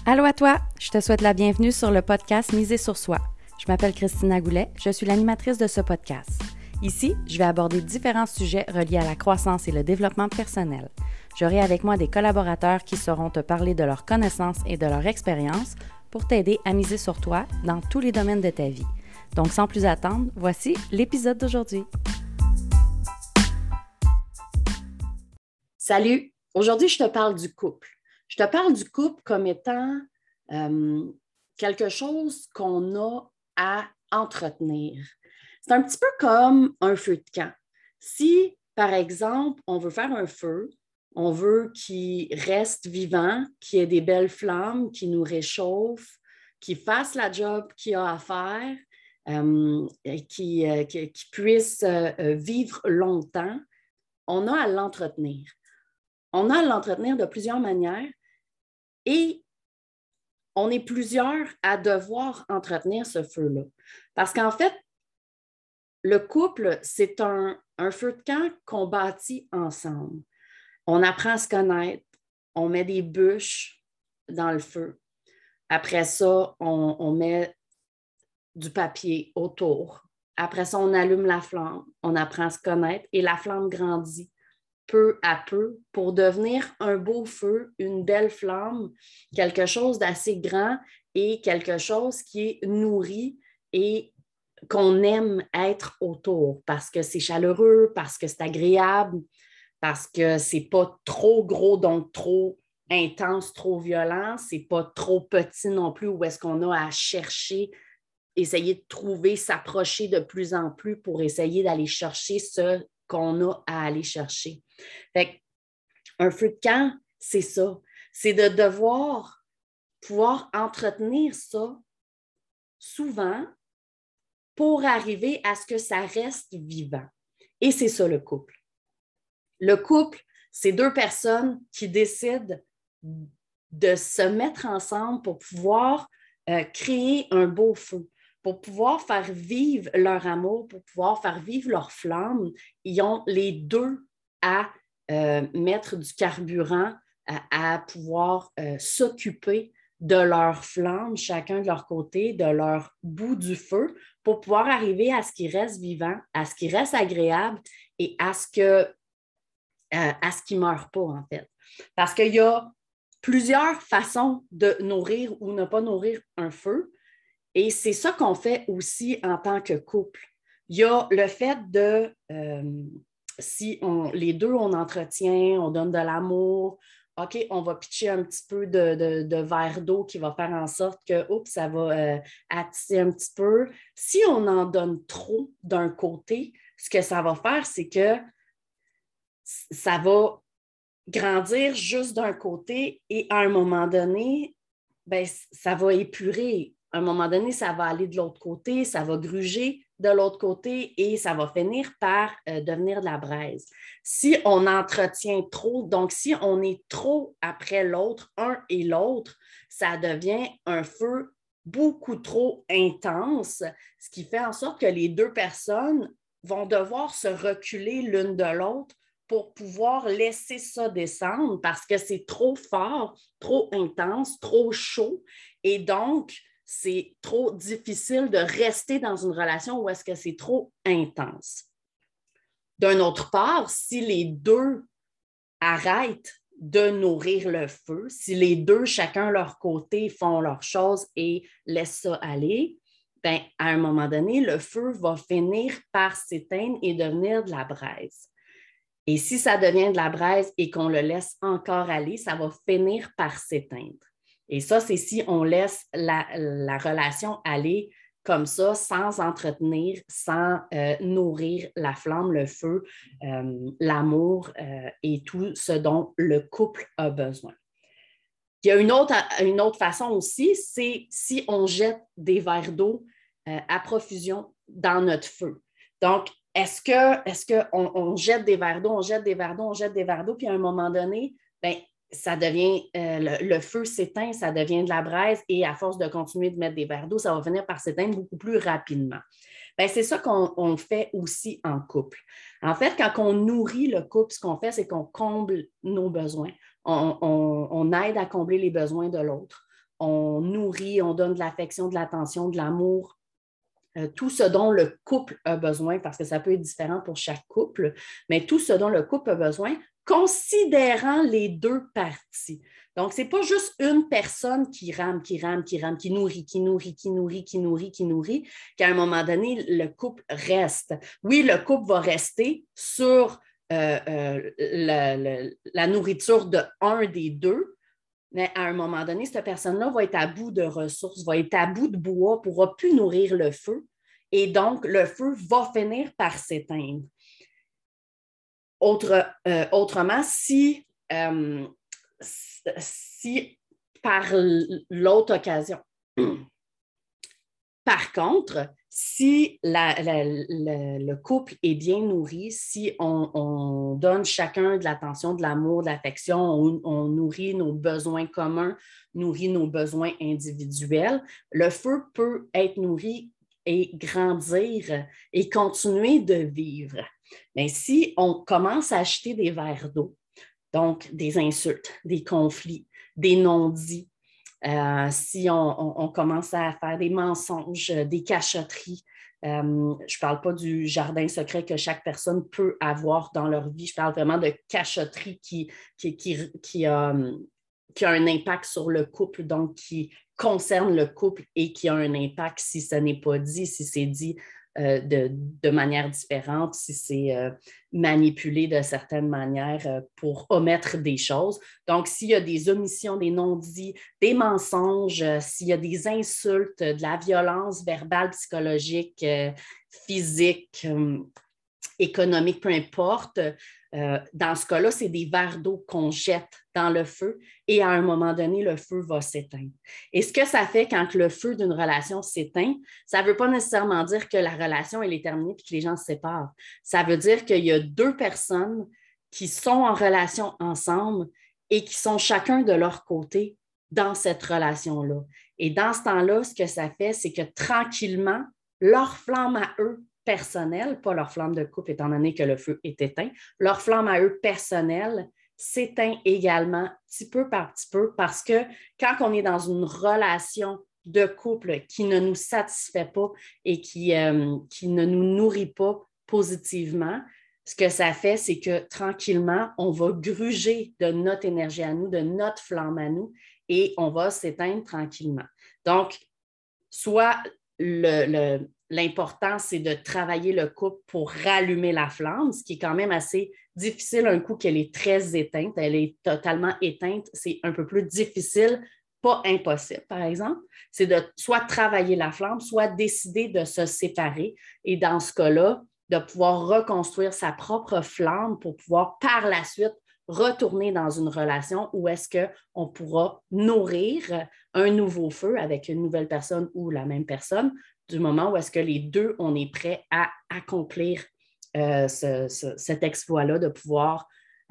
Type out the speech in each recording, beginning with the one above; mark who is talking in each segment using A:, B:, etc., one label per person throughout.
A: Allô à toi, je te souhaite la bienvenue sur le podcast Miser sur soi. Je m'appelle Christina Goulet, je suis l'animatrice de ce podcast. Ici, je vais aborder différents sujets reliés à la croissance et le développement personnel. J'aurai avec moi des collaborateurs qui sauront te parler de leurs connaissances et de leur expérience pour t'aider à miser sur toi dans tous les domaines de ta vie. Donc sans plus attendre, voici l'épisode d'aujourd'hui. Salut! Aujourd'hui, je te parle du couple. Je te parle du couple comme étant quelque chose qu'on a à entretenir. C'est un petit peu comme un feu de camp. Si, par exemple, on veut faire un feu, on veut qu'il reste vivant, qu'il y ait des belles flammes, qui nous réchauffent, qu'il fasse la job qu'il a à faire, qu'il puisse vivre longtemps, on a à l'entretenir. On a à l'entretenir de plusieurs manières et on est plusieurs à devoir entretenir ce feu-là. Parce qu'en fait, le couple, c'est un feu de camp qu'on bâtit ensemble. On apprend à se connaître, on met des bûches dans le feu. Après ça, on met du papier autour. Après ça, on allume la flamme, on apprend à se connaître et la flamme grandit peu à peu pour devenir un beau feu, une belle flamme, quelque chose d'assez grand et quelque chose qui est nourri et qu'on aime être autour parce que c'est chaleureux, parce que c'est agréable, parce que c'est pas trop gros, donc trop intense, trop violent, c'est pas trop petit non plus où est-ce qu'on a à chercher, essayer de trouver, s'approcher de plus en plus pour essayer d'aller chercher ce qu'on a à aller chercher. Fait qu'un feu de camp, c'est ça. C'est de devoir pouvoir entretenir ça souvent pour arriver à ce que ça reste vivant. Et c'est ça le couple. Le couple, c'est deux personnes qui décident de se mettre ensemble pour pouvoir créer un beau feu, pour pouvoir faire vivre leur amour, pour pouvoir faire vivre leur flamme. Ils ont les deux à mettre du carburant, à pouvoir s'occuper de leur flamme, chacun de leur côté, de leur bout du feu, pour pouvoir arriver à ce qui reste vivant, à ce qui reste agréable et à ce qui ne meurt pas, en fait. Parce qu'il y a plusieurs façons de nourrir ou ne pas nourrir un feu. Et c'est ça qu'on fait aussi en tant que couple. Il y a le fait de, si les deux, on entretient, on donne de l'amour, OK, on va pitcher un petit peu de verre d'eau qui va faire en sorte que, oups, ça va attiser un petit peu. Si on en donne trop d'un côté, ce que ça va faire, c'est que ça va grandir juste d'un côté et à un moment donné, ben, ça va épurer. À un moment donné, ça va aller de l'autre côté, ça va gruger de l'autre côté et ça va finir par devenir de la braise. Si on entretient trop, donc si on est trop après l'autre, un et l'autre, ça devient un feu beaucoup trop intense, ce qui fait en sorte que les deux personnes vont devoir se reculer l'une de l'autre pour pouvoir laisser ça descendre parce que c'est trop fort, trop intense, trop chaud. Et donc, c'est trop difficile de rester dans une relation où est-ce que c'est trop intense. D'un autre part, si les deux arrêtent de nourrir le feu, si les deux, chacun leur côté, font leurs choses et laissent ça aller, bien, à un moment donné, le feu va finir par s'éteindre et devenir de la braise. Et si ça devient de la braise et qu'on le laisse encore aller, ça va finir par s'éteindre. Et ça, c'est si on laisse la relation aller comme ça, sans entretenir, sans nourrir la flamme, le feu, l'amour et tout ce dont le couple a besoin. Il y a une autre façon aussi, c'est si on jette des verres d'eau à profusion dans notre feu. Donc, est-ce qu'on jette des verres d'eau, on jette des verres d'eau, on jette des verres d'eau, puis à un moment donné, bien, ça devient, le feu s'éteint, ça devient de la braise et à force de continuer de mettre des verres d'eau, ça va finir par s'éteindre beaucoup plus rapidement. Bien, c'est ça qu'on fait aussi en couple. En fait, quand on nourrit le couple, ce qu'on fait, c'est qu'on comble nos besoins. On aide à combler les besoins de l'autre. on nourrit, on donne de l'affection, de l'attention, de l'amour, tout ce dont le couple a besoin, parce que ça peut être différent pour chaque couple, mais tout ce dont le couple a besoin, considérant les deux parties. Donc, ce n'est pas juste une personne qui rame, qui nourrit, qu'à un moment donné, le couple reste. Oui, le couple va rester sur la nourriture de un des deux, mais à un moment donné, cette personne-là va être à bout de ressources, va être à bout de bois, ne pourra plus nourrir le feu. Et donc, le feu va finir par s'éteindre. Autrement, si par l'autre occasion, par contre, si le couple est bien nourri, si on donne chacun de l'attention, de l'amour, de l'affection, on nourrit nos besoins communs, nourrit nos besoins individuels, le feu peut être nourri et grandir et continuer de vivre. Mais si on commence à acheter des verres d'eau, donc des insultes, des conflits, des non-dits, si on commence à faire des mensonges, des cachotteries, je ne parle pas du jardin secret que chaque personne peut avoir dans leur vie, je parle vraiment de cachotterie qui a un impact sur le couple, donc qui concerne le couple et qui a un impact si ce n'est pas dit, si c'est dit de manière différente, si c'est manipulé de certaines manières pour omettre des choses. Donc, s'il y a des omissions, des non-dits, des mensonges, s'il y a des insultes, de la violence verbale, psychologique, physique, économique, peu importe, dans ce cas-là, c'est des verres d'eau qu'on jette dans le feu et à un moment donné, le feu va s'éteindre. Et ce que ça fait quand le feu d'une relation s'éteint, ça ne veut pas nécessairement dire que la relation elle est terminée et que les gens se séparent. Ça veut dire qu'il y a deux personnes qui sont en relation ensemble et qui sont chacun de leur côté dans cette relation-là. Et dans ce temps-là, ce que ça fait, c'est que tranquillement, leur flamme à eux personnelle, pas leur flamme de couple étant donné que le feu est éteint, leur flamme à eux personnelle s'éteint également petit peu par petit peu parce que quand on est dans une relation de couple qui ne nous satisfait pas et qui ne nous nourrit pas positivement, ce que ça fait, c'est que tranquillement, on va gruger de notre énergie à nous, de notre flamme à nous et on va s'éteindre tranquillement. Donc, soit l'important, c'est de travailler le couple pour rallumer la flamme, ce qui est quand même assez difficile un coup qu'elle est très éteinte. Elle est totalement éteinte. C'est un peu plus difficile, pas impossible, par exemple. C'est de soit travailler la flamme, soit décider de se séparer. Et dans ce cas-là, de pouvoir reconstruire sa propre flamme pour pouvoir par la suite retourner dans une relation où est-ce qu'on pourra nourrir un nouveau feu avec une nouvelle personne ou la même personne du moment où est-ce que les deux, on est prêts à accomplir cet exploit-là de pouvoir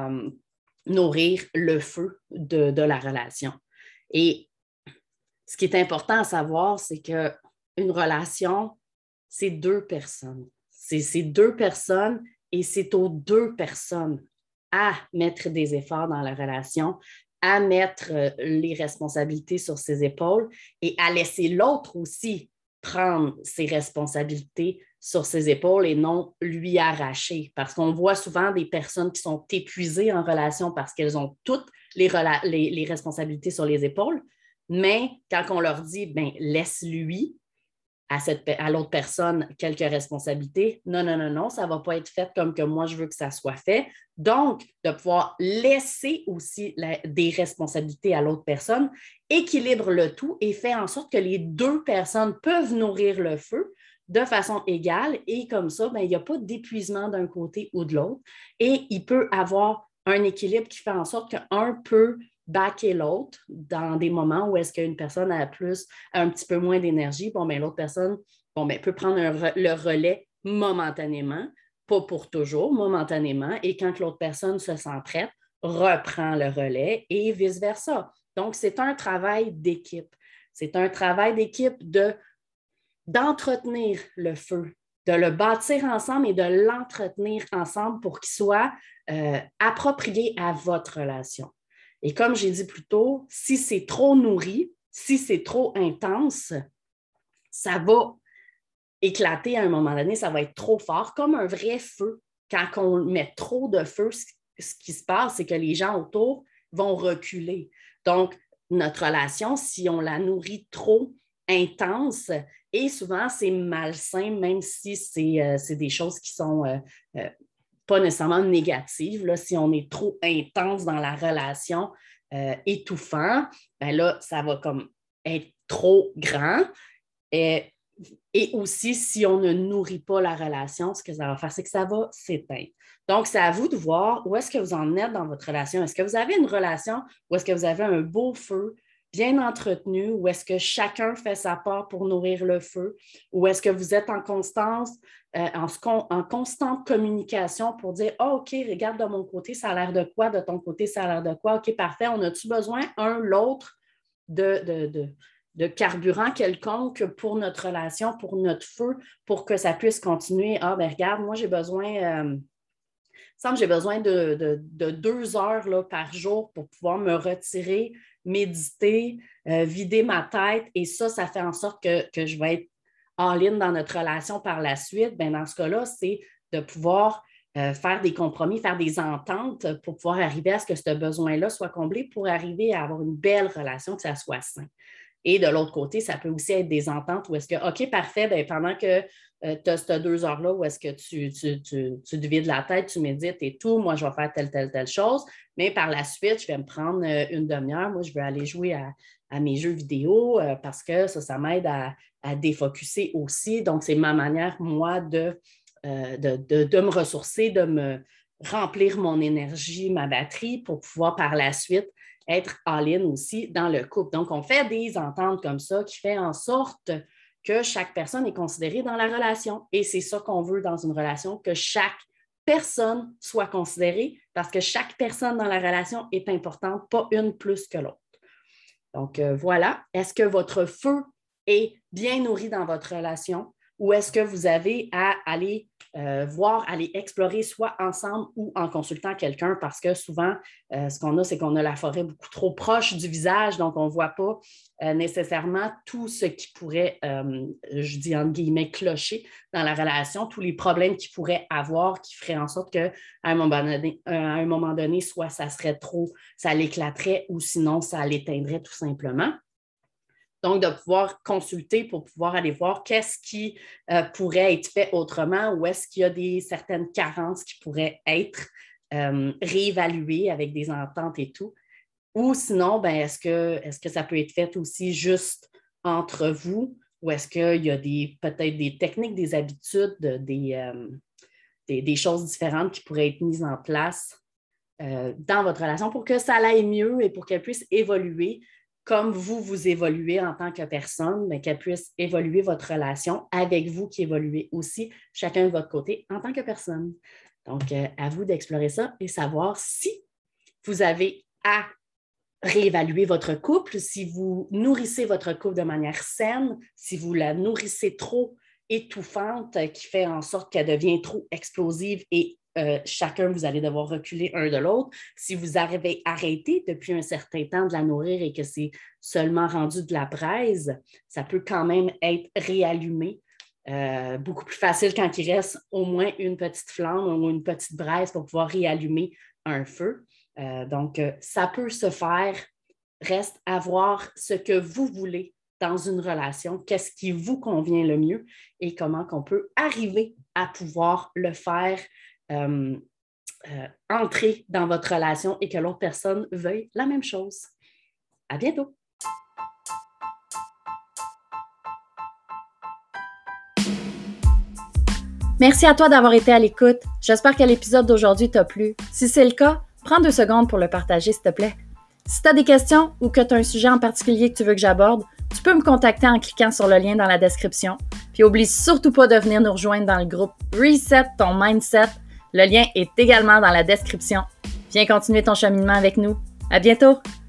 A: nourrir le feu de la relation. Et ce qui est important à savoir, c'est qu'une relation, c'est deux personnes. C'est deux personnes et c'est aux deux personnes à mettre des efforts dans la relation, à mettre les responsabilités sur ses épaules et à laisser l'autre aussi prendre ses responsabilités sur ses épaules et non lui arracher. Parce qu'on voit souvent des personnes qui sont épuisées en relation parce qu'elles ont toutes les responsabilités sur les épaules, mais quand on leur dit, ben, laisse-lui à l'autre personne quelques responsabilités. Non, ça ne va pas être fait comme que moi, je veux que ça soit fait. Donc, de pouvoir laisser aussi des responsabilités à l'autre personne, équilibre le tout et fait en sorte que les deux personnes peuvent nourrir le feu de façon égale et comme ça, ben, il n'y a pas d'épuisement d'un côté ou de l'autre et il peut avoir un équilibre qui fait en sorte qu'un peut backer l'autre dans des moments où est-ce qu'une personne a un petit peu moins d'énergie, bon, ben, l'autre personne peut prendre le relais momentanément, pas pour toujours, momentanément, et quand l'autre personne se sent prête, reprend le relais et vice-versa. Donc, c'est un travail d'équipe. C'est un travail d'équipe d'entretenir le feu, de le bâtir ensemble et de l'entretenir ensemble pour qu'il soit approprié à votre relation. Et comme j'ai dit plus tôt, si c'est trop nourri, si c'est trop intense, ça va éclater à un moment donné, ça va être trop fort, comme un vrai feu. Quand on met trop de feu, ce qui se passe, c'est que les gens autour vont reculer. Donc, notre relation, si on la nourrit trop intense, et souvent c'est malsain, même si c'est des choses qui sont pas nécessairement négatives. Là, si on est trop intense dans la relation, étouffant, ben là, ça va comme être trop grand. Et aussi, si on ne nourrit pas la relation, ce que ça va faire, c'est que ça va s'éteindre. Donc, c'est à vous de voir où est-ce que vous en êtes dans votre relation. Est-ce que vous avez une relation ou est-ce que vous avez un beau feu bien entretenu ou est-ce que chacun fait sa part pour nourrir le feu ou est-ce que vous êtes en constante communication pour dire « Ah, OK, regarde de mon côté, ça a l'air de quoi? De ton côté, ça a l'air de quoi? OK, parfait. On a-tu besoin l'autre de carburant quelconque pour notre relation, pour notre feu, pour que ça puisse continuer. Ah, ben regarde, moi, j'ai besoin de 2 heures là, par jour pour pouvoir me retirer, méditer, vider ma tête. Et ça fait en sorte que je vais être all-in dans notre relation par la suite. Bien, dans ce cas-là, c'est de pouvoir faire des compromis, faire des ententes pour pouvoir arriver à ce que ce besoin-là soit comblé pour arriver à avoir une belle relation, que ça soit sain. Et de l'autre côté, ça peut aussi être des ententes où est-ce que, OK, parfait, bien, pendant que tu as ces 2 heures-là où est-ce que tu te vides la tête, tu médites et tout, moi, je vais faire telle chose, mais par la suite, je vais me prendre une demi-heure. Moi, je vais aller jouer à mes jeux vidéo parce que ça m'aide à défocusser aussi. Donc, c'est ma manière, moi, de me ressourcer, de me remplir mon énergie, ma batterie pour pouvoir par la suite être all-in aussi dans le couple. Donc, on fait des ententes comme ça qui fait en sorte que chaque personne est considérée dans la relation. Et c'est ça qu'on veut dans une relation, que chaque personne soit considérée parce que chaque personne dans la relation est importante, pas une plus que l'autre. Donc, voilà. Est-ce que votre feu est bien nourri dans votre relation ou est-ce que vous avez à aller aller explorer soit ensemble ou en consultant quelqu'un parce que souvent, ce qu'on a, c'est qu'on a la forêt beaucoup trop proche du visage, donc on ne voit pas nécessairement tout ce qui pourrait, je dis entre guillemets, clocher dans la relation, tous les problèmes qu'il pourrait avoir qui feraient en sorte qu'à un moment donné, soit ça serait trop, ça l'éclaterait ou sinon ça l'éteindrait tout simplement. Donc, de pouvoir consulter pour pouvoir aller voir qu'est-ce qui pourrait être fait autrement ou est-ce qu'il y a certaines carences qui pourraient être réévaluées avec des ententes et tout. Ou sinon, ben, est-ce que ça peut être fait aussi juste entre vous ou est-ce qu'il y a peut-être des techniques, des habitudes, des choses différentes qui pourraient être mises en place dans votre relation pour que ça aille mieux et pour qu'elle puisse évoluer comme vous évoluez en tant que personne, mais qu'elle puisse évoluer votre relation avec vous qui évoluez aussi, chacun de votre côté, en tant que personne. Donc, à vous d'explorer ça et savoir si vous avez à réévaluer votre couple, si vous nourrissez votre couple de manière saine, si vous la nourrissez trop étouffante, qui fait en sorte qu'elle devient trop explosive et chacun, vous allez devoir reculer un de l'autre. Si vous avez arrêté depuis un certain temps de la nourrir et que c'est seulement rendu de la braise, ça peut quand même être réallumé. Beaucoup plus facile quand il reste au moins une petite flamme ou une petite braise pour pouvoir réallumer un feu. Donc, ça peut se faire. Reste à voir ce que vous voulez dans une relation, qu'est-ce qui vous convient le mieux et comment on peut arriver à pouvoir le faire entrer dans votre relation et que l'autre personne veuille la même chose. À bientôt! Merci à toi d'avoir été à l'écoute. J'espère que l'épisode d'aujourd'hui t'a plu. Si c'est le cas, prends 2 secondes pour le partager, s'il te plaît. Si tu as des questions ou que tu as un sujet en particulier que tu veux que j'aborde, tu peux me contacter en cliquant sur le lien dans la description. Puis oublie surtout pas de venir nous rejoindre dans le groupe Reset ton mindset. Le lien est également dans la description. Viens continuer ton cheminement avec nous. À bientôt!